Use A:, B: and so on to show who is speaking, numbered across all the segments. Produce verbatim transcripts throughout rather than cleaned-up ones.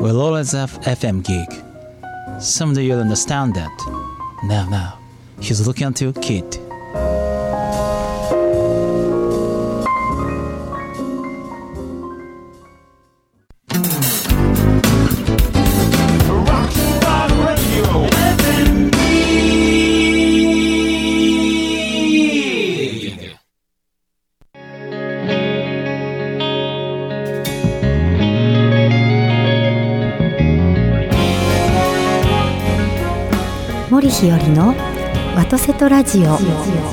A: will always have F M gig. Someday you'll understand that. Now, now, he's looking at you, kid.
B: 森日和のワトセトラジオ。お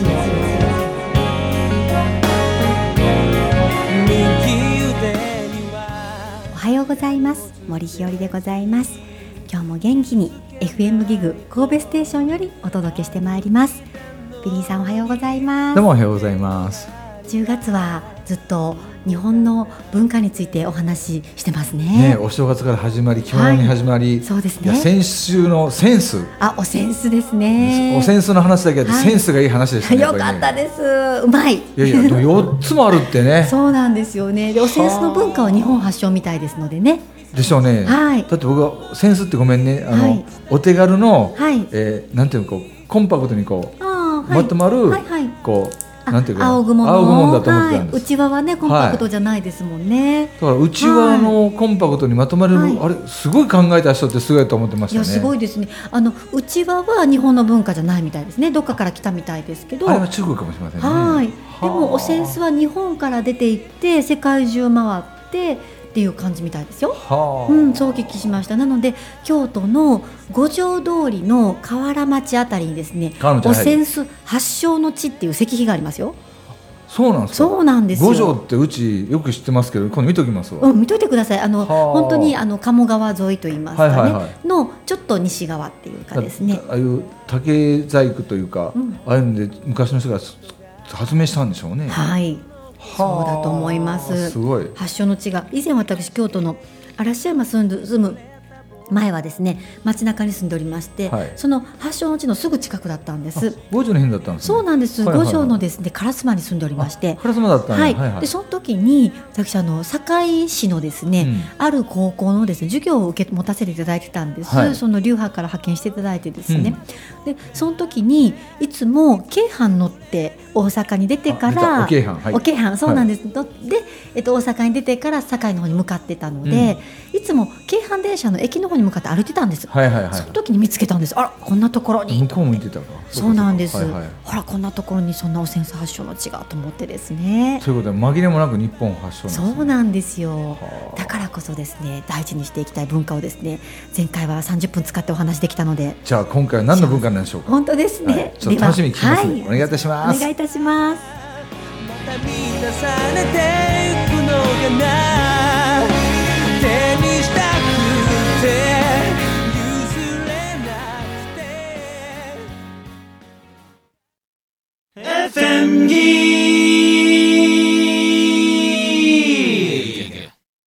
B: はようございます。森日和でございます。今日も元気に エフエム ギグ神戸ステーションよりお届けしてまいります。ビリーさんおはようございます。
C: どうもおはようございます。
B: じゅうがつはずっと日本の文化についてお話ししてますね。
C: ね、お正月から始まり、着物に始まり、
B: はい、そうですね。
C: いや先週のセンス、
B: あ、おセンスですね。
C: おセンスの話だけで、はい、センスがいい話でしたね。
B: よかったです。うまい。
C: いやいや、でもよっつもあるってね。
B: そうなんですよね。で、おセンスの文化は日本発祥みたいですのでね。で
C: しょうね。
B: はい。
C: だって僕はセンスってごめんね、あの、はい、お手軽の、はい、えー、なんていうのこうコンパクトにこう、はい、まとまる、はいはい、こう。なんていうか
B: 青雲の
C: 青雲だと思ってたんです、はい、
B: 内輪はねコンパクトじゃないですもんね、はい、
C: だから内輪のコンパクトにまとまれる、はい、あれすごい考えた人ってすごいと思ってましたね。
B: いやすごいですね。あの内輪は日本の文化じゃないみたいですね。どっかから来たみたいですけど、
C: あれは中国かもしれませんね。
B: はい。でもおセンスは日本から出ていって世界中回ってっていう感じみたいですよ。はあ、うん、そうお聞きしました。なので京都の五条通りの河原町あたりにですね、おセンス発祥の地っていう石碑がありますよ。
C: そうなんですか。
B: そうなんですよ。
C: 五条ってうちよく知ってますけど、今度見ときますわ。
B: うん、見といてください。あの本当にあの鴨川沿いといいますかね、はいはいはい、のちょっと西側っていうかですね。
C: ああいう竹細工というか、うん、ああいうので昔の人が発明したんでしょうね。
B: はい。そうだと思います。
C: すごい。
B: 発祥の地が以前私京都の嵐山住んで住む前はですね街中に住んでおりまして、はい、その発祥の地のすぐ近くだったんです。
C: 五条の辺だったんですね。
B: そうなんです、はいはいはい、五条のですね烏丸に住んでおりまして、
C: 烏丸だったん、ね、
B: はい
C: はいはい、
B: でその時に私あの堺市のですね、うん、ある高校のですね授業を受け持たせていただいてたんです、はい、その流派から派遣していただいてですね、うん、でその時にいつも京阪乗って大阪に出てから
C: お京阪、はい、
B: お京阪そうなんです、はい、で、えっと、大阪に出てから堺の方に向かってたので、うん、いつも京阪電車の駅の方に向かって歩いてたんです。
C: はいはいはい、
B: その時に見つけたんです。あらこんなところに
C: 向こう向いてたか。
B: そうなんです、はいはい、
C: ほ
B: らこんなところにそんなおセンス発祥の地がと思ってですね。
C: ということで紛れもなく日本発祥なんですね。
B: そうなんですよ。だからこそですね大事にしていきたい文化をですね前回はさんじゅっぷん使ってお話できたので、
C: じゃあ今回は何の文化なんでしょうか。
B: 本当ですね、はい、
C: ちょっと楽しみに聞きます、ね、はい、お願いいたします。
B: お願いいたします。
D: また満たされていくのかな、手にしたくて譲れなくて エフエム ギグ。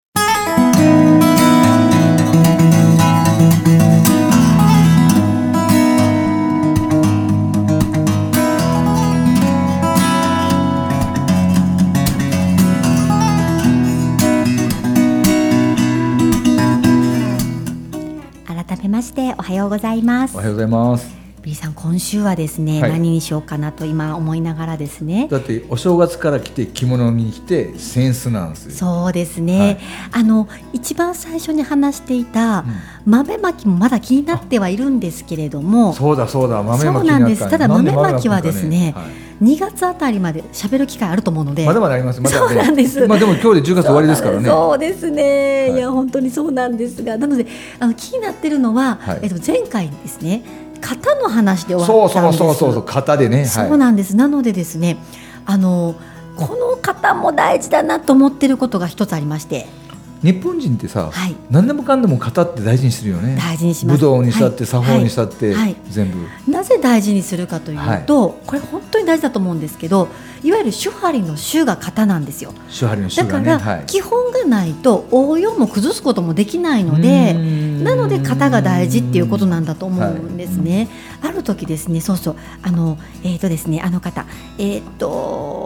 B: 改めましておはようございます。
C: おはようございます。
B: ビリーさん今週はですね、はい、何にしようかなと今思いながらですね。
C: だってお正月から来て着物に来てセンスなんですよ。
B: そうですね、はい、あの一番最初に話していた、うん、豆まきもまだ気になってはいるんですけれども、
C: そうだそうだ豆まきになった。
B: そうなんです。ただ豆まきはですね、はい、にがつあたりまで喋る機会あると思うので、
C: まだまだあります。まだ
B: そうなんです、
C: まあ、でも今日でじゅうがつ終わりですからね。
B: そうですね、はい、いや本当にそうなんですが、なのであの気になってるのは、はい、えっと、前回ですね型の話で終わったんです。
C: そうそうそうそう型でね、はい、
B: そうなんです。なのでですねあのこの型も大事だなと思ってることが一つありまして、
C: 日本人ってさ、
B: はい、
C: 何でもかんでも型って大事にするよね。
B: 大事にします。
C: 武道にしたって、はい、作法にしたって、はい、全部
B: なぜ大事にするかというと、はい、これ本当に大事だと思うんですけど、いわゆる手張りの手が型なんですよ。
C: 手張りの手がね、
B: だから基本がないと応用も崩すこともできないので、なので型が大事っていうことなんだと思うんですね、はい、ある時ですね、そうそうあのえーとですねあの方えーと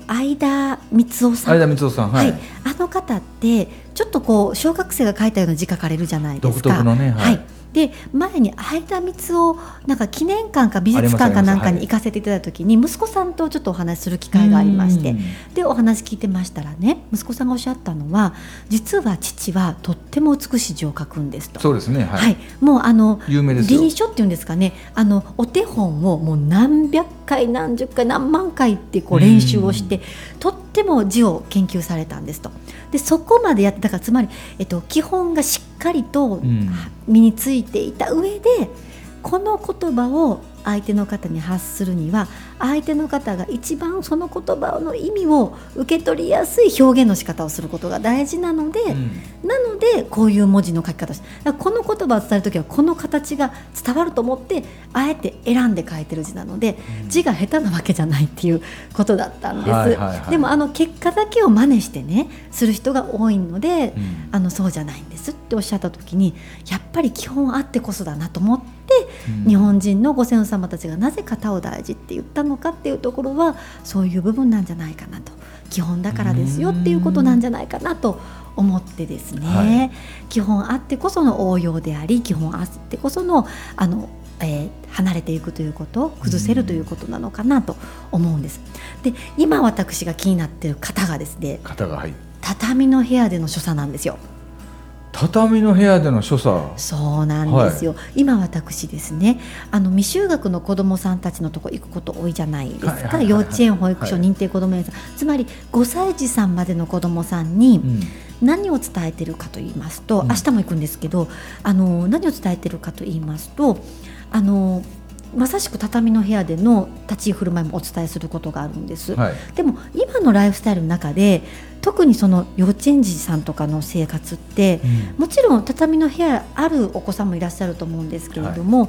B: 相田光夫さん、
C: 相田光夫さん、はい、
B: はい、あの方ってちょっとこう小学生が書いたような字書かれるじゃないですか。
C: 独特のね、はい、はい、
B: で前に相田光夫なんか記念館か美術館かなんかに行かせていただいた時に、はい、息子さんとちょっとお話しする機会がありまして、でお話聞いてましたらね、息子さんがおっしゃったのは、実は父はとっても美しい字を書くんですと。
C: そうですね、はい、はい、
B: もうあの
C: 有名ですよ。
B: 臨書っていうんですかね、あのお手本をもう何百回何十回何万回ってこう練習をして、とっても字を研究されたんですと。でそこまでやってだから、つまり、えっと、基本がしっかりと身についていた上で、この言葉を相手の方に発するには、相手の方が一番その言葉の意味を受け取りやすい表現の仕方をすることが大事なので、うん、なのでこういう文字の書き方をして、だからこの言葉を伝えるときはこの形が伝わると思ってあえて選んで書いてる字なので、うん、字が下手なわけじゃないっていうことだったんです、はいはいはい、でもあの結果だけを真似してねする人が多いので、うん、あのそうじゃないんですっておっしゃったときに、やっぱり基本あってこそだなと思って、うん、日本人のご先祖様たちがなぜ型を大事って言ったのかっていうところは、そういう部分なんじゃないかなと、基本だからですよっていうことなんじゃないかなと思ってですね、はい、基本あってこその応用であり、基本あってこその、あの、えー、離れていくということ、崩せるということなのかなと思うんです。で今私が気になっている方がですね、
C: 方が、はい、
B: 畳の部屋での所作なんですよ。
C: 畳の部屋での所作。
B: そうなんですよ、はい、今私ですね、あの未就学の子どもさんたちのとこ行くこと多いじゃないですか、はいはいはいはい、幼稚園、保育所、はい、認定こども園さん、つまりごさい児さんまでの子どもさんに何を伝えているかと言いますと、うん、明日も行くんですけど、あの何を伝えているかと言いますと、あのまさしく畳の部屋での立ち居振る舞いもお伝えすることがあるんです、はい、でも今のライフスタイルの中で特にその幼稚園児さんとかの生活って、うん、もちろん畳の部屋あるお子さんもいらっしゃると思うんですけれども、はい、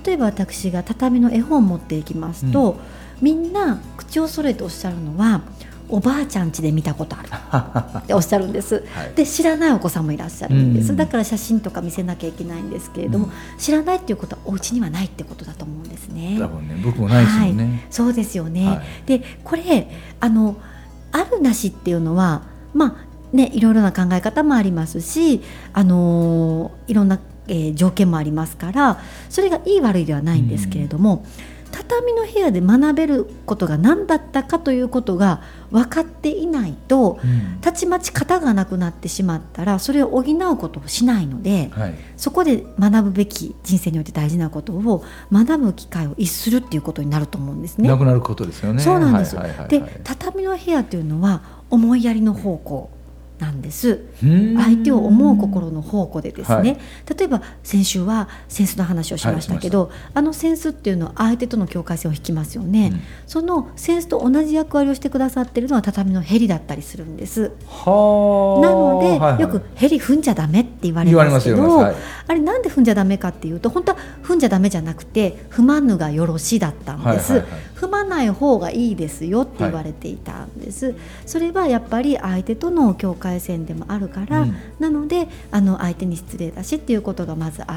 B: 例えば私が畳の絵本を持っていきますと、うん、みんな口を揃えておっしゃるのは、おばあちゃん家で見たことあるっておっしゃるんです、はい、で知らないお子さんもいらっしゃるんです、うん、だから写真とか見せなきゃいけないんですけれども、うん、知らないっていうことはお家にはないってことだと思うんですね。
C: 多分ね、僕もないですよね、
B: はい、そうですよね、はい、でこれあのあるなしっていうのは、まあね、いろいろな考え方もありますし、あのー、いろんな、えー、条件もありますから、それがいい悪いではないんですけれども、うん、畳の部屋で学べることが何だったかということが分かっていないと、うん、たちまち型がなくなってしまったらそれを補うことをしないので、はい、そこで学ぶべき人生において大事なことを学ぶ機会を逸するっていうことになると思うんですね。
C: なくなることですよね。
B: そうなんです、
C: はいはいはいはい、
B: で畳の部屋というのは思いやりの方向なんです。相手を思う心の宝庫でですね、はい、例えば先週はセンスの話をしましたけど、はい、あのセンスっていうのは相手との境界線を引きますよね、うん、そのセンスと同じ役割をしてくださっているのは畳のヘリだったりするんです。はなので、はいはい、よくヘリ踏んじゃダメって言われますけど、はい、あれなんで踏んじゃダメかっていうと、本当は踏んじゃダメじゃなくて踏まぬがよろしだったんです、はいはいはい、踏まない方がいいですよって言われていたんです、はい、それはやっぱり相手との境界線でもあるから、うん、なのであの相手に失礼だしっていうことがまずあって、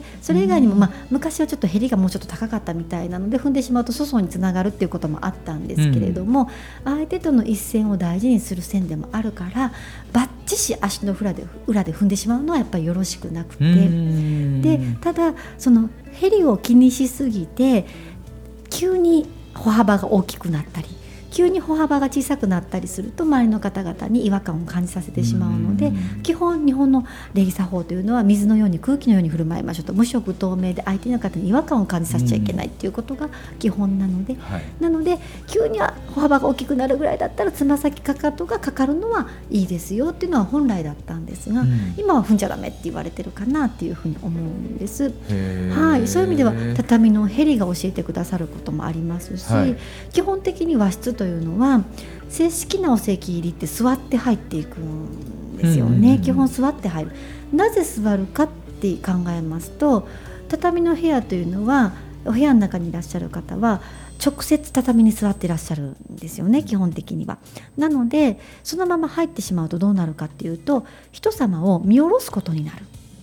B: それ以外にも、まあ、昔はちょっとヘリがもうちょっと高かったみたいなので踏んでしまうと粗相につながるっていうこともあったんですけれども、うん、相手との一線を大事にする線でもあるからバッチし足の裏で、裏で踏んでしまうのはやっぱりよろしくなくて、でただそのヘリを気にしすぎて急に歩幅が大きくなったり急に歩幅が小さくなったりすると周りの方々に違和感を感じさせてしまうので、基本日本の礼儀作法というのは水のように空気のように振る舞いましょうと、無色透明で相手の方に違和感を感じさせちゃいけないということが基本なので、はい、なので急に歩幅が大きくなるぐらいだったらつま先かかとがかかるのはいいですよっていうのは本来だったんですが、うん、今は踏んじゃダメって言われてるかなっていうふうに思うんです。はい、そういう意味では畳のヘリが教えてくださることもありますし、はい、基本的に和室というのは正式なお席入りって座って入っていくんですよね、うんうんうん、基本座って入る。なぜ座るかって考えますと、畳の部屋というのはお部屋の中にいらっしゃる方は直接畳に座っていらっしゃるんですよね、基本的には。なのでそのまま入ってしまうとどうなるかっていうと、人様を見下ろすことになる。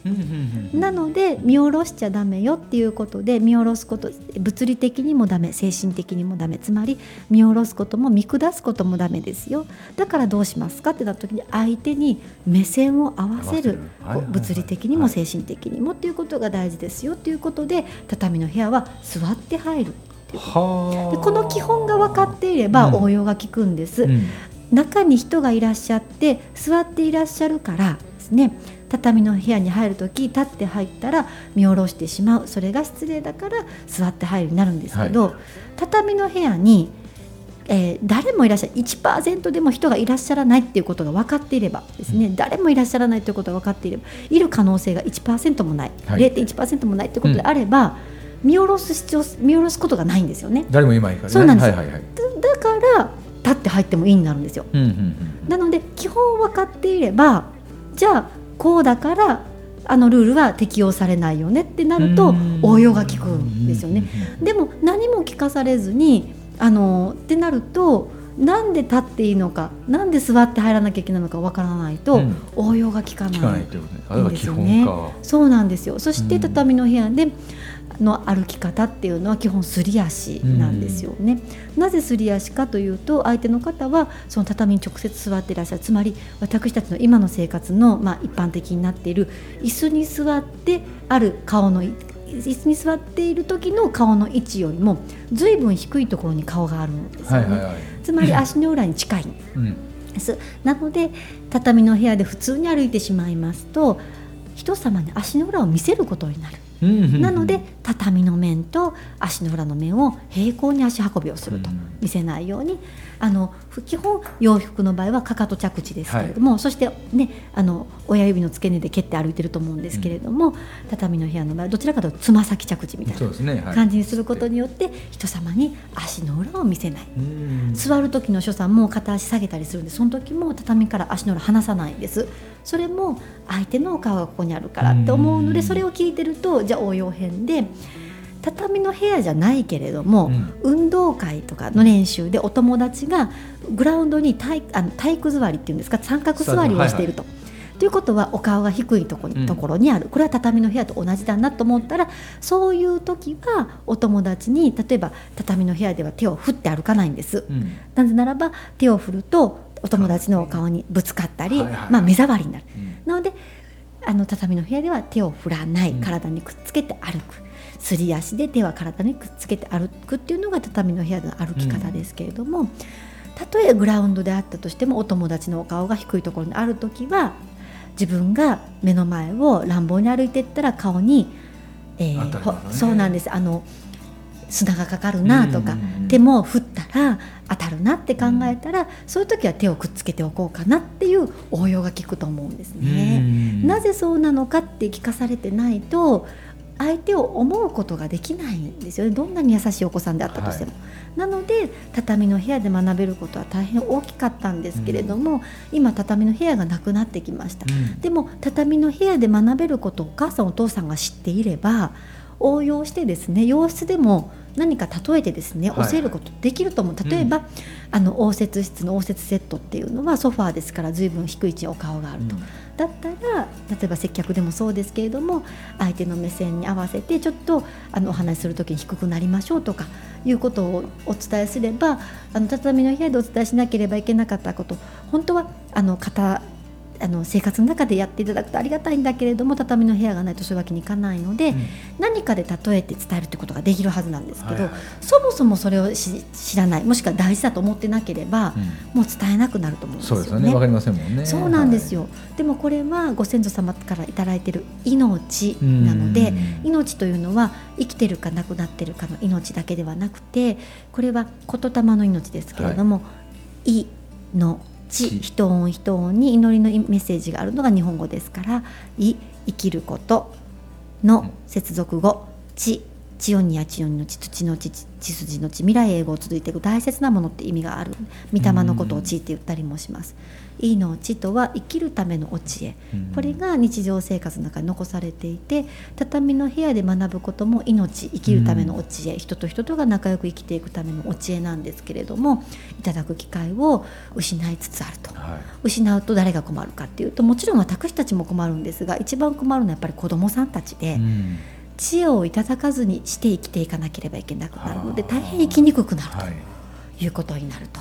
B: なので見下ろしちゃダメよっていうことで、見下ろすこと、物理的にもダメ、精神的にもダメ、つまり見下ろすことも見下すこともダメですよ。だからどうしますかってなった時に、相手に目線を合わせる、物理的にも精神的にもっていうことが大事ですよということで、畳の部屋は座って入るっていうことで、この基本が分かっていれば応用が効くんです、うん、中に人がいらっしゃって座っていらっしゃるからですね、畳の部屋に入るとき立って入ったら見下ろしてしまう、それが失礼だから座って入るようになるんですけど、はい、畳の部屋に、えー、誰もいらっしゃる いちパーセント でも人がいらっしゃらないっていうことが分かっていればですね、うん、誰もいらっしゃらないということが分かっていれば、いる可能性が いちパーセント もない、はい、ゼロてんいちパーセント もないということであれば、うん、見下ろす必要見下ろすことがないんですよね。
C: 誰もいないからね。
B: そうなんですよ、
C: はいはいはい、
B: だ, だから立って入ってもいいになるんですよ、うんうんうん、なので基本分かっていれば、じゃあこうだからあのルールは適用されないよねってなると応用が効くんですよね。でも何も聞かされずにあのってなると、なんで立っていいのか、なんで座って入らなきゃいけないのかわからないと、うん、応用が効かないんですよね。そうなんですよ。そして畳の部屋での歩き方っていうのは基本すり足なんですよね、うん、なぜすり足かというと、相手の方はその畳に直接座っていらっしゃる、つまり私たちの今の生活の、まあ、一般的になっている椅子に座ってある顔の椅子に座っている時の顔の位置よりもずいぶん低いところに顔があるんですよね、はいはいはい、つまり足の裏に近いんです、うん、なので畳の部屋で普通に歩いてしまいますと、人様に足の裏を見せることになる。なので畳の面と足の裏の面を平行に足運びをすると、見せないように、あの基本洋服の場合はかかと着地ですけれども、はい、そして、ね、あの親指の付け根で蹴って歩いてると思うんですけれども、うん、畳の部屋の場合はどちらかというとつま先着地みたいな感じにすることによって、人様に足の裏を見せない。座る時の所作も片足下げたりするんで、その時も畳から足の裏離さないんです。それも相手のお顔がここにあるからって思うので、それを聞いてると、じゃあ応用編で畳の部屋じゃないけれども、うん、運動会とかの練習でお友達がグラウンドに 体, あの体育座りっていうんですか、三角座りをしていると、はいはい、ということはお顔が低いところに、うん、ところにある、これは畳の部屋と同じだなと思ったら、そういう時はお友達に、例えば畳の部屋では手を振って歩かないんです、うん、なぜならば手を振るとお友達のお顔にぶつかったり、はいはい、まあ、目障りになる、うん、なのであの畳の部屋では手を振らない、体にくっつけて歩く、すり足で手は体にくっつけて歩くっていうのが畳の部屋での歩き方ですけれども、うん、たとえグラウンドであったとしても、お友達のお顔が低いところにあるときは、自分が目の前を乱暴に歩いていったら顔に、えーね、そうなんです、あの砂がかかるなとか、うんうんうん、手も振ったら当たるなって考えたら、うん、そういう時は手をくっつけておこうかなっていう応用が効くと思うんですね、うん、なぜそうなのかって聞かされてないと相手を思うことができないんですよね。どんなに優しいお子さんであったとしても、はい、なので畳の部屋で学べることは大変大きかったんですけれども、うん、今畳の部屋がなくなってきました、うん、でも畳の部屋で学べることをお母さんお父さんが知っていれば応用してですね、洋室でも何か例えてですね、教えることできると思う、はい、例えば、うん、あの応接室の応接セットっていうのはソファーですから随分低い位置にお顔があると、うん、だったら例えば接客でもそうですけれども、相手の目線に合わせてちょっとあのお話しするときに低くなりましょうとかいうことをお伝えすれば、あの畳の部屋でお伝えしなければいけなかったこと、本当はあの方あの生活の中でやっていただくとありがたいんだけれども、畳の部屋がないとそういうわけにいかないので、うん、何かで例えて伝えるということができるはずなんですけど、はいはい、そもそもそれをし知らない、もしくは大事だと思ってなければ、うん、もう伝えなくなると思うんですよね。
C: そうですよね、わかりませんもんね。
B: そうなんですよ、はい、でもこれはご先祖様からいただいている命なので、命というのは生きてるか亡くなってるかの命だけではなくて、これは言霊の命ですけれども、はい、いの一音一音に祈りのメッセージがあるのが日本語ですから、い生きることの接続語、ち地よにや地よにの地、土の地、地筋の地、未来永劫続いていく大切なものって意味がある。御霊のことを地って言ったりもします。命とは生きるための教え、これが日常生活の中に残されていて、畳の部屋で学ぶことも命、生きるための教え、人と人とが仲良く生きていくための教えなんですけれども、いただく機会を失いつつあると、はい、失うと誰が困るかっていうと、もちろん私たちも困るんですが、一番困るのはやっぱり子どもさんたちで、うん、知恵をいただかずにして生きていかなければいけなくなるので、大変生きにくくなるということになると、はい、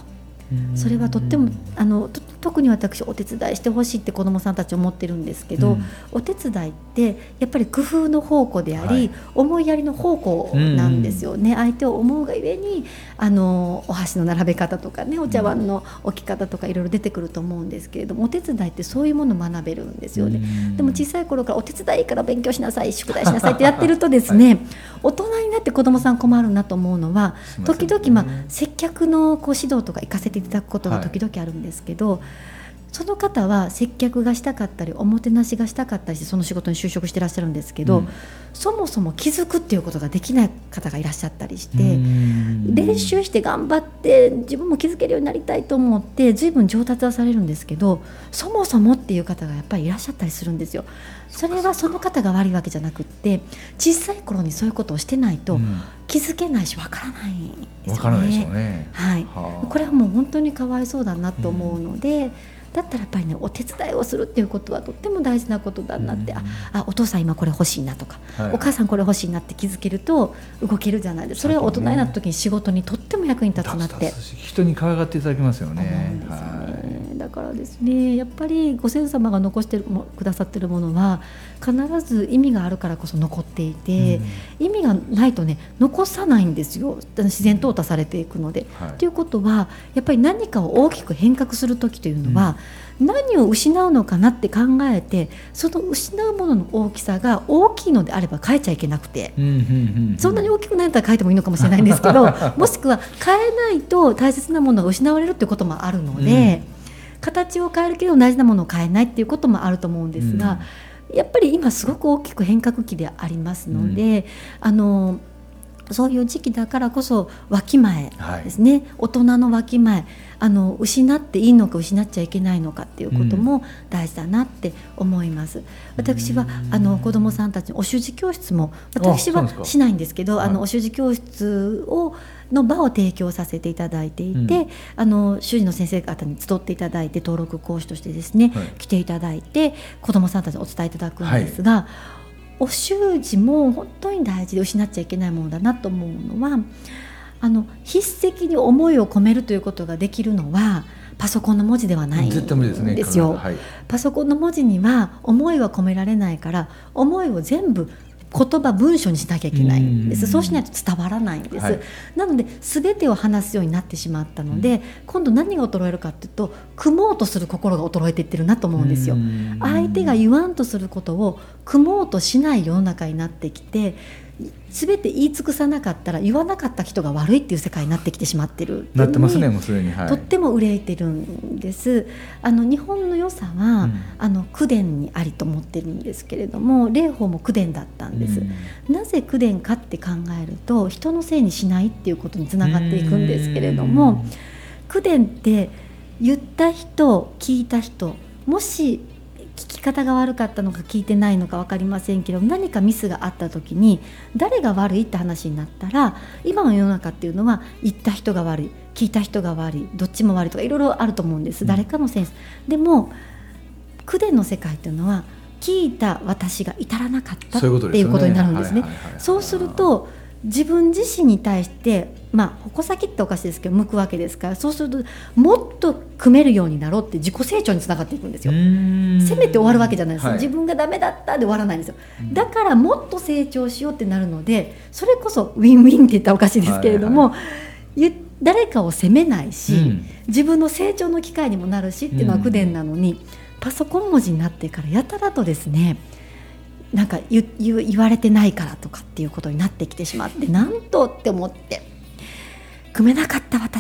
B: それはとってもあのと特に私お手伝いしてほしいって子どもさんたち思ってるんですけど、うん、お手伝いってやっぱり工夫の宝庫であり、はい、思いやりの宝庫なんですよね、うん、相手を思うがゆえにあのお箸の並べ方とかね、お茶碗の置き方とかいろいろ出てくると思うんですけれども、お手伝いってそういうものを学べるんですよね、うん、でも小さい頃からお手伝いから勉強しなさい、宿題しなさいってやってるとですね、はい、大人になって子どもさん困るなと思うのは、時々、まあ、接客のこう指導とか行かせていただくことが時々あるんですけど、はい、その方は接客がしたかったりおもてなしがしたかったりしてその仕事に就職してらっしゃるんですけど、うん、そもそも気づくっていうことができない方がいらっしゃったりして、練習して頑張って自分も気づけるようになりたいと思って随分上達はされるんですけど、そもそもっていう方がやっぱりいらっしゃったりするんですよ。それはその方が悪いわけじゃなくって、小さい頃にそういうことをしてないと気づけないしわからないんですよね。わからないでしょうね。はい、はあ、これはもう本当にかわいそうだなと思うので、うん、だったらやっぱりね、お手伝いをするっていうことはとっても大事なことだなって、うん、ああお父さん今これ欲しいなとか、はい、お母さんこれ欲しいなって気づけると動けるじゃないですか。それは大人になった時に仕事にとっても役に立つなって
C: 人に可愛がっていただきますよね。
B: 思うんですよね。はい、だからですね、やっぱりご先祖様が残してるもくださってるものは必ず意味があるからこそ残っていて、うん、意味がないとね残さないんですよ。自然淘汰されていくので、はい、ということはやっぱり何かを大きく変革する時というのは、うん、何を失うのかなって考えて、その失うものの大きさが大きいのであれば変えちゃいけなくて、うんうんうんうん、そんなに大きくないんだったら変えてもいいのかもしれないんですけどもしくは変えないと大切なものが失われるっていうこともあるので、うん、形を変えるけど大事なものを変えないっていうこともあると思うんですが、うん、やっぱり今すごく大きく変革期でありますので、うん、あのそういう時期だからこそわきまえですね、はい、大人のわきまえ、あの失っていいのか失っちゃいけないのかっていうことも大事だなって思います。うん、私はあの子どもさんたちのお習字教室も私はしないんですけど、ああのお習字教室をの場を提供させていただいていて、うん、あの習字の先生方に集っていただいて登録講師としてですね、はい、来ていただいて子どもさんたちにお伝えいただくんですが、はい、お習字も本当に大事で失っちゃいけないものだなと思うのは、あの筆跡に思いを込めるということができるのはパソコンの文字ではないんですよ。絶対無理ですね。はい、パソコンの文字には思いは込められないから、思いを全部言葉文章にしなきゃいけないんです。そうしないと伝わらないんです。はい、なので全てを話すようになってしまったので、うん、今度何が衰えるかというと、組もうとする心が衰えていってるなと思うんですよ。相手が言わんとすることを組もうとしない世の中になってきて、全て言い尽くさなかったら言わなかった人が悪いっていう世界になってきてしまってる
C: なってますね。もうすでに、はい、
B: とっても憂いてるんです。あの日本の良さは、うん、あの口伝にありと思ってるんですけれども、霊法も口伝だったんです。うん、なぜ口伝かって考えると、人のせいにしないっていうことにつながっていくんですけれども、口伝って言った人聞いた人、もし聞き方が悪かったのか聞いてないのか分かりませんけど、何かミスがあった時に誰が悪いって話になったら、今の世の中っていうのは言った人が悪い、聞いた人が悪い、どっちも悪いとかいろいろあると思うんです。誰かのセンスでも口伝の世界っていうのは聞いた私が至らなかったっていうことになるんですね。そうすると自分自身に対して、まあ、矛先っておかしいですけど向くわけですから、そうするともっと組めるようになろうって自己成長につながっていくんですよ。せめて終わるわけじゃないです、はい、自分がダメだったで終わらないんですよ。だからもっと成長しようってなるので、それこそウィンウィンって言ったらおかしいですけれども、はいはい、誰かを責めないし、うん、自分の成長の機会にもなるしっていうのは口伝なのに、うん、パソコン文字になってからやたらとですね、なんか 言, 言, 言われてないからとかっていうことになってきてしまって、なんとって思って、組めなかった私っ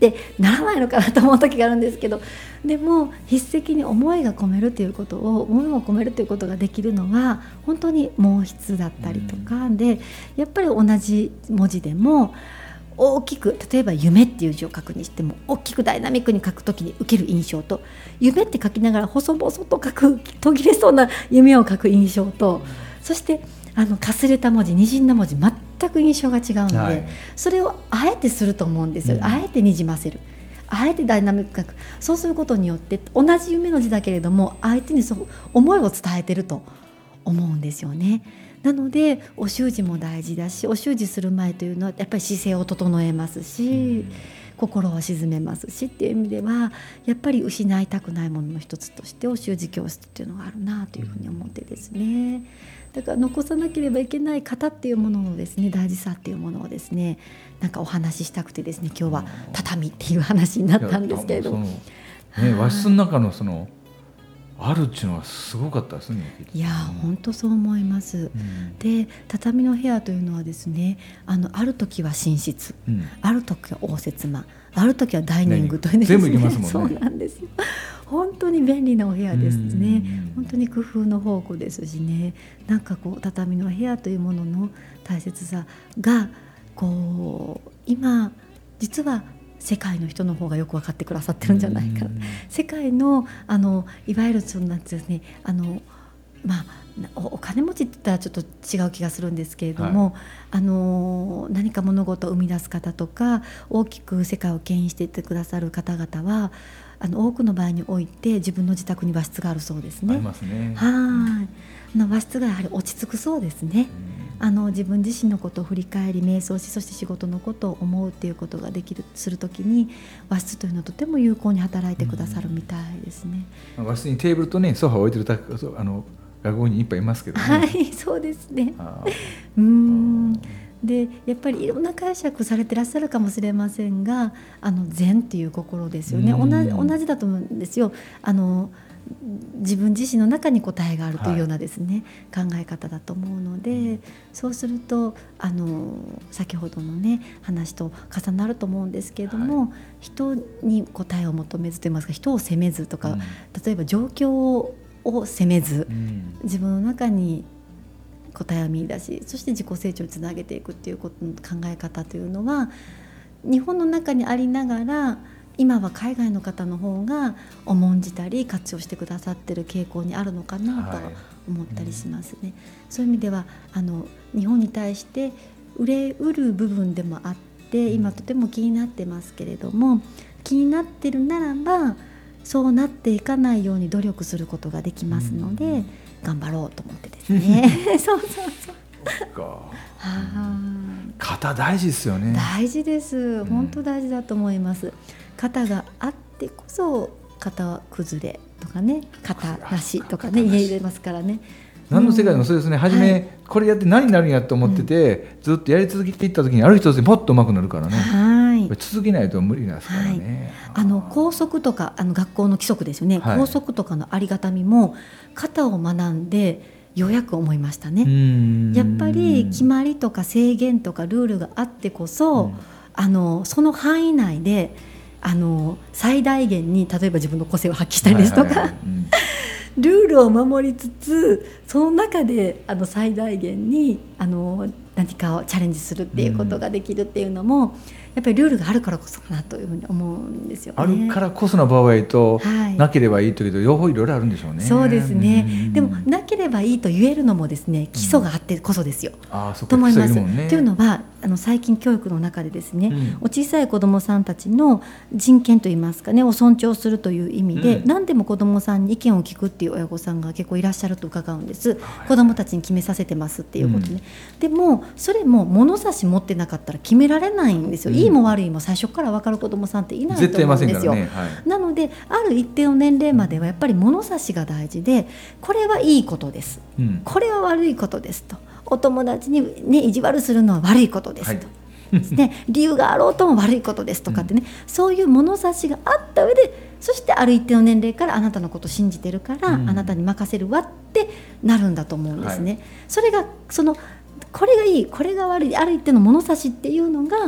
B: ってならないのかなと思う時があるんですけど、でも筆跡に思いが込めるということを思いを込めるということができるのは本当に毛筆だったりとかで、やっぱり同じ文字でも大きく、例えば夢っていう字を書くにしても大きくダイナミックに書くときに受ける印象と、夢って書きながら細々と書く途切れそうな夢を書く印象と、そしてあのかすれた文字、にじんだ文字、全く印象が違うので、はい、それをあえてすると思うんですよ、うん、あえてにじませる、あえてダイナミックに書く。そうすることによって同じ夢の字だけれども相手にそう思いを伝えてると思うんですよね。なのでお習字も大事だし、お習字する前というのはやっぱり姿勢を整えますし、うん、心を鎮めますしっていう意味ではやっぱり失いたくないものの一つとしてお習字教室っていうのがあるなというふうに思ってですね、だから残さなければいけない型っていうもののですね、大事さっていうものをですね、なんかお話ししたくてですね、今日は畳っていう話になったんですけれども、ね、
C: 和室の中のそのあるっていうのはすごかったですね。
B: いや本当そう思います、うん、で畳の部屋というのはですね、あのある時は寝室、うん、ある時は応接間、ある時はダイニングという、ね、
C: 全部行きますもんね。
B: そうなんですよ。本当に便利なお部屋ですね。本当に工夫の宝庫ですしね、なんかこう畳の部屋というものの大切さがこう今実は世界の人の方がよく分かってくださってるんじゃないかな。世界のあのいわゆるそんなんですね、あのまあお金持ちって言ったらちょっと違う気がするんですけれども、はい、あの何か物事を生み出す方とか大きく世界を牽引していってくださる方々はあの多くの場合において自分の自宅に和室があるそうですね。
C: ありますね。
B: はい、うん、和室がやはり落ち着くそうですね。あの自分自身のことを振り返り瞑想し、そして仕事のことを思うっていうことができるするときに和室というのはとても有効に働いてくださるみたいですね。
C: うん、和室にテーブルとねソファーを置いてるたあの学校にいっぱいいますけどね。
B: はい、そうですね。うーんでやっぱりいろんな解釈されてらっしゃるかもしれませんが、あの禅っていう心ですよね。同じ、同じだと思うんですよ。あの自分自身の中に答えがあるというようなですね、はい、考え方だと思うので、そうするとあの先ほどのね話と重なると思うんですけれども、はい、人に答えを求めずといいますか、人を責めずとか、うん、例えば状況を責めず、うん、自分の中に答えを見出し、そして自己成長につなげていくっていうことの考え方というのは日本の中にありながら今は海外の方の方が重んじたり活用してくださっている傾向にあるのかなと思ったりしますね。はい、うん、そういう意味ではあの日本に対して憂うる部分でもあって今とても気になってますけれども、気になってるならばそうなっていかないように努力することができますので、うん、頑張ろうと思ってですね。そうそうそう。
C: そっか。はあ。型大事ですよね。
B: 大事です。本当大事だと思います。うん、型があってこそ型崩れとかね、型なしとかね、言えますからね。
C: 何の世界でもそうですね。初め、はい、これやって何になるんやと思ってて、うん、ずっとやり続けていった時にある一つにポッと上手くなるからね。はい、続けないと無理なんですからね。
B: はい、あの校則とかあの学校の規則ですよね。はい、校則とかのありがたみも型を学んでようやく思いましたね。やっぱり決まりとか制限とかルールがあってこそ、うん、あのその範囲内であの最大限に例えば自分の個性を発揮したりですとか、はいはいはい、うん、ルールを守りつつその中であの最大限にあの何かをチャレンジするっていうことができるっていうのも、うん、やっぱりルールがあるからこそかなというふうに思うんですよね。
C: あるからこその場合と、はい、なければいいというと両方いろいろあるんでしょうね。
B: そうですね、うん、でもなければいいと言えるのもですね基礎があってこそですよ、うん、あ、そと思います。というのはあの最近教育の中でですね、うん、お小さい子どもさんたちの人権といいますかねを尊重するという意味で、うん、何でも子どもさんに意見を聞くっていう親御さんが結構いらっしゃると伺うんです、はい、子どもたちに決めさせてますっていうことね、うん、でもそれも物差し持ってなかったら決められないんですよ、うん、いいも悪いも最初から分かる子どもさんっていないと思うんですよ、ね、はい、なのである一定の年齢まではやっぱり物差しが大事で、これはいいことです、うん、これは悪いことですと、お友達に、ね、意地悪するのは悪いことですと、はい、ね、理由があろうとも悪いことですとかってね、うん、そういう物差しがあった上で、そしてある一定の年齢からあなたのことを信じてるから、うん、あなたに任せるわってなるんだと思うんですね、はい、それがそのこれがいいこれが悪いある一定の物差しっていうのが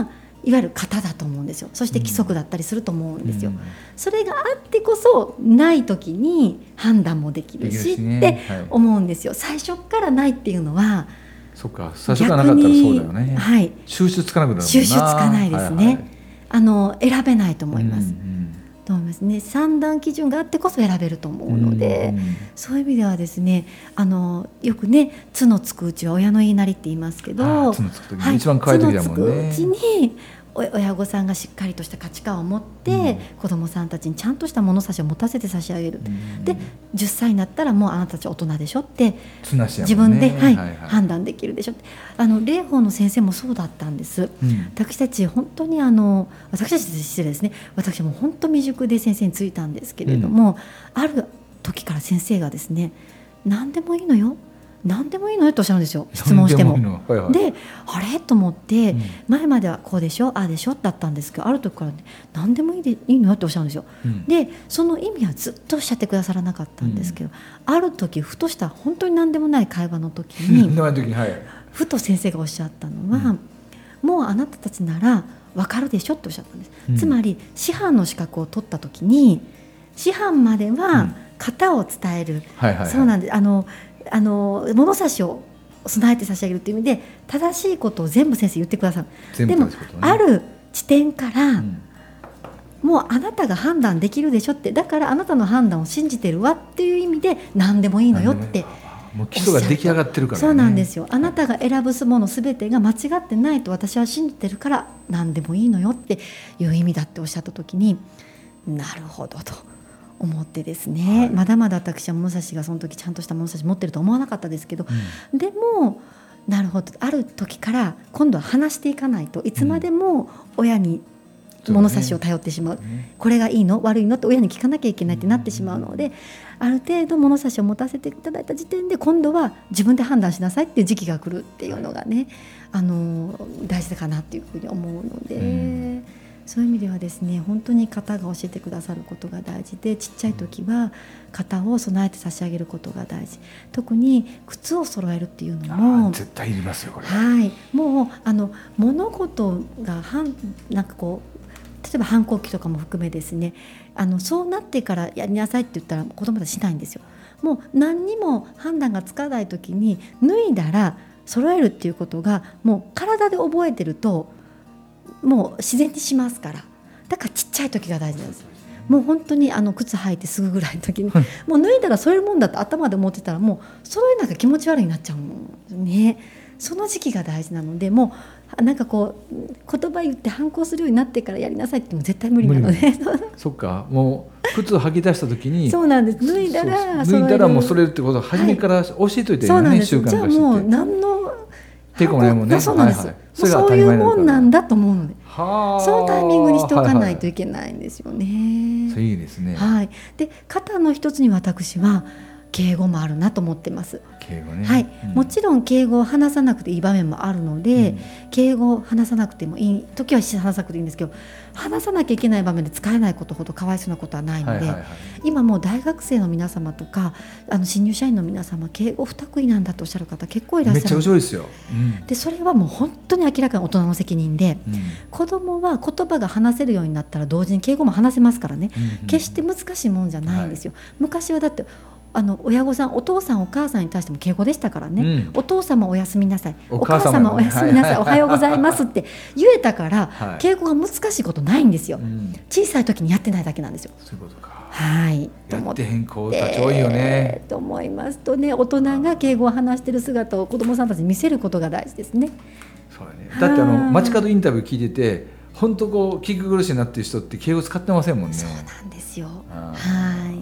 B: いわゆる型だと思うんですよ。そして規則だったりすると思うんですよ、うん、それがあってこそない時に判断もできるし、ね、って思うんですよ、はい、最初からないっていうのは
C: そっか最初からなかったらそうだよね、
B: はい、
C: 収集つかなくなるもんな。
B: 収集つかないですね、はいはい、あの選べないと思います、うんうんと思いますね。三段基準があってこそ選べると思うので、うんうん、そういう意味ではですねあのよくね「つ」のつくうちは親の言いなりって言いますけど、
C: つのつく時に一番可愛い時だもんね。
B: つのつくうちに親御さんがしっかりとした価値観を持って、うん、子どもさんたちにちゃんとした物差しを持たせて差し上げる、うん、でじゅっさいになったらもうあなたたち大人でしょって、自分で、はいはいはい、判断できるでしょって。あの霊峰の先生もそうだったんです、うん、私たち本当にあの私たち失礼ですね私も本当未熟で先生についたんですけれども、うん、ある時から先生がですね何でもいいのよ何でもいいのよとおっしゃるんですよ、質問しても。で、はいはい、であれと思って、うん、前まではこうでしょああでしょだったんですけど、ある時から、ね、何でもいいでいいのよっておっしゃるんですよ、うん、でその意味はずっとおっしゃってくださらなかったんですけど、うん、ある時ふとした本当に何でもない会話の時にはい、ふと先生がおっしゃったのは、うん、もうあなたたちなら分かるでしょっておっしゃったんです、うん、つまり師範の資格を取った時に師範までは型を伝える、うんはいはいはい、そうなんです。あのあの物差しを備えて差し上げるという意味で正しいことを全部先生言ってくださる。でも、ね、ある地点から、うん、もうあなたが判断できるでしょって、だからあなたの判断を信じてるわっていう意味で何でもいいのよって
C: もう基礎が出来上がってるからね。
B: そうなんですよ。あなたが選ぶもの全てが間違ってないと私は信じてるから何でもいいのよっていう意味だっておっしゃった時になるほどと思ってですね、はい、まだまだ私は物差しがその時ちゃんとした物差し持ってると思わなかったですけど、うん、でもなるほどある時から今度は話していかないといつまでも親に物差しを頼ってしまう、うん、これがいいの悪いのって親に聞かなきゃいけないってなってしまうので、ある程度物差しを持たせていただいた時点で今度は自分で判断しなさいっていう時期が来るっていうのがね、あの大事かなっていうふうに思うので、うんそういう意味ではですね本当に型が教えてくださることが大事で、ちっちゃい時は型を備えて差し上げることが大事。特に靴を揃えるっていうのも
C: 絶対いりますよこれ。
B: はい、もうあの物事がはなんかこう例えば反抗期とかも含めですね、あのそうなってからやりなさいって言ったら子供たちしないんですよ。もう何にも判断がつかない時に脱いだら揃えるっていうことがもう体で覚えてるともう自然にしますから、だからちっちゃい時が大事なんです。もう本当にあの靴履いてすぐぐらいの時にもう脱いだら揃えるもんだと頭で思ってたらもう揃えなきゃ気持ち悪いになっちゃうもんね。その時期が大事なので、もうなんかこう言葉言って反抗するようになってからやりなさいっても絶対無理なので
C: そっか、もう靴を履き出した時に
B: そうなんです。脱いだら
C: 脱いだらもうそれってことを初めから教えといてるよね、はい、習慣化して。
B: じゃあもう何の
C: 抵抗もないもんね。
B: そうなんです、はいはい、それが当たり前になるから。そういうもんなんだと思うので、そのタイミングにしておかないといけないんですよね。はいはい、
C: そういいですね。
B: はい、で型の一つに私は敬語もあるなと思ってます。
C: 敬語ね、
B: はい、うん、もちろん敬語を話さなくていい場面もあるので、うん、敬語を話さなくてもいい時は話さなくていいんですけど、話さなきゃいけない場面で使えないことほどかわいそうなことはないので、はいはいはい、今もう大学生の皆様とかあの新入社員の皆様敬語不得意なんだとおっしゃる方結構いらっしゃる。
C: めっちゃ上手ですよ、うん、
B: でそれはもう本当に明らかに大人の責任で、うん、子供は言葉が話せるようになったら同時に敬語も話せますからね、うんうん、決して難しいもんじゃないんですよ、はい、昔はだってあの親御さんお父さんお母さんに対しても敬語でしたからね、うん、お父様おやすみなさい、お母様おやすみなさい、はい、おはようございますって言えたから、はい、敬語が難しいことないんですよ、うん、小さい時にやってないだけなんですよ。
C: そういうことか。
B: はい、
C: やってへん子たち多いよね、
B: と思いますとね、大人が敬語を話している姿を子どもさんたちに見せることが大事ですね。
C: そうね、だってあの街角インタビュー聞いてて本当こう聞き苦しいなっていう人って敬語使ってませんもんね。
B: そうなんですよ。はい、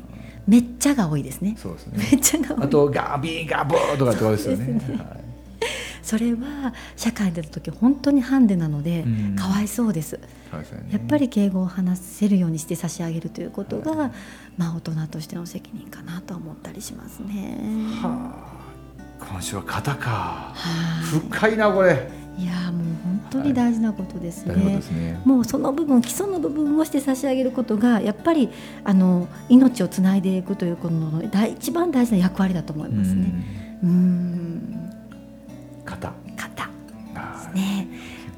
B: めっちゃが多いですね。
C: そうですね。
B: めっちゃが多い。
C: あとガビーガブーとかってことですよね。そうですね、はい、
B: それは社会に出た時本当にハンデなので、うん、かわいそうです。やっぱり敬語を話せるようにして差し上げるということが、はい、まあ、大人としての責任かなと思ったりしますね。
C: はあ、今週は型か。深いなこれ。
B: いやもう本当に大事なことですね。
C: はい、ですね。
B: もうその部分基礎の部分をして差し上げることがやっぱりあの命をつないでいくということの一番大事な役割だと思いますね。うーん。
C: 型。
B: 型ですね。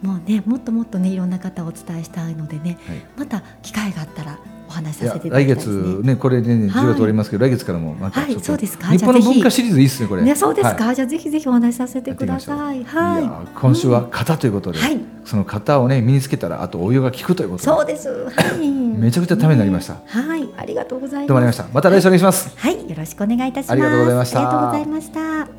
B: もうねもっともっとねいろんな方をお伝えしたいのでね、
C: はい、
B: また機会があったらお話しさせていただきたいですね。
C: 来月ねこれでねじゅうがつ終わりますけど、はい、来月からもまたちょっと、
B: はい、そうですか。
C: 日本の文化シリーズいいですねこれ。
B: ね、そうですか、
C: はい、
B: じゃあぜひぜひお話しさせてください。はい、
C: いや今週は型ということで、うん、その型をね身につけたらあとお湯が効くということで。
B: そうです。はい、
C: めちゃくちゃためになりました。
B: ね、はい、ありがとうございます。
C: どうもありがとうございました。また来週お願いします。
B: はい、よろしくお願いいたします。
C: ありがとうございました。
B: ありがとうございました。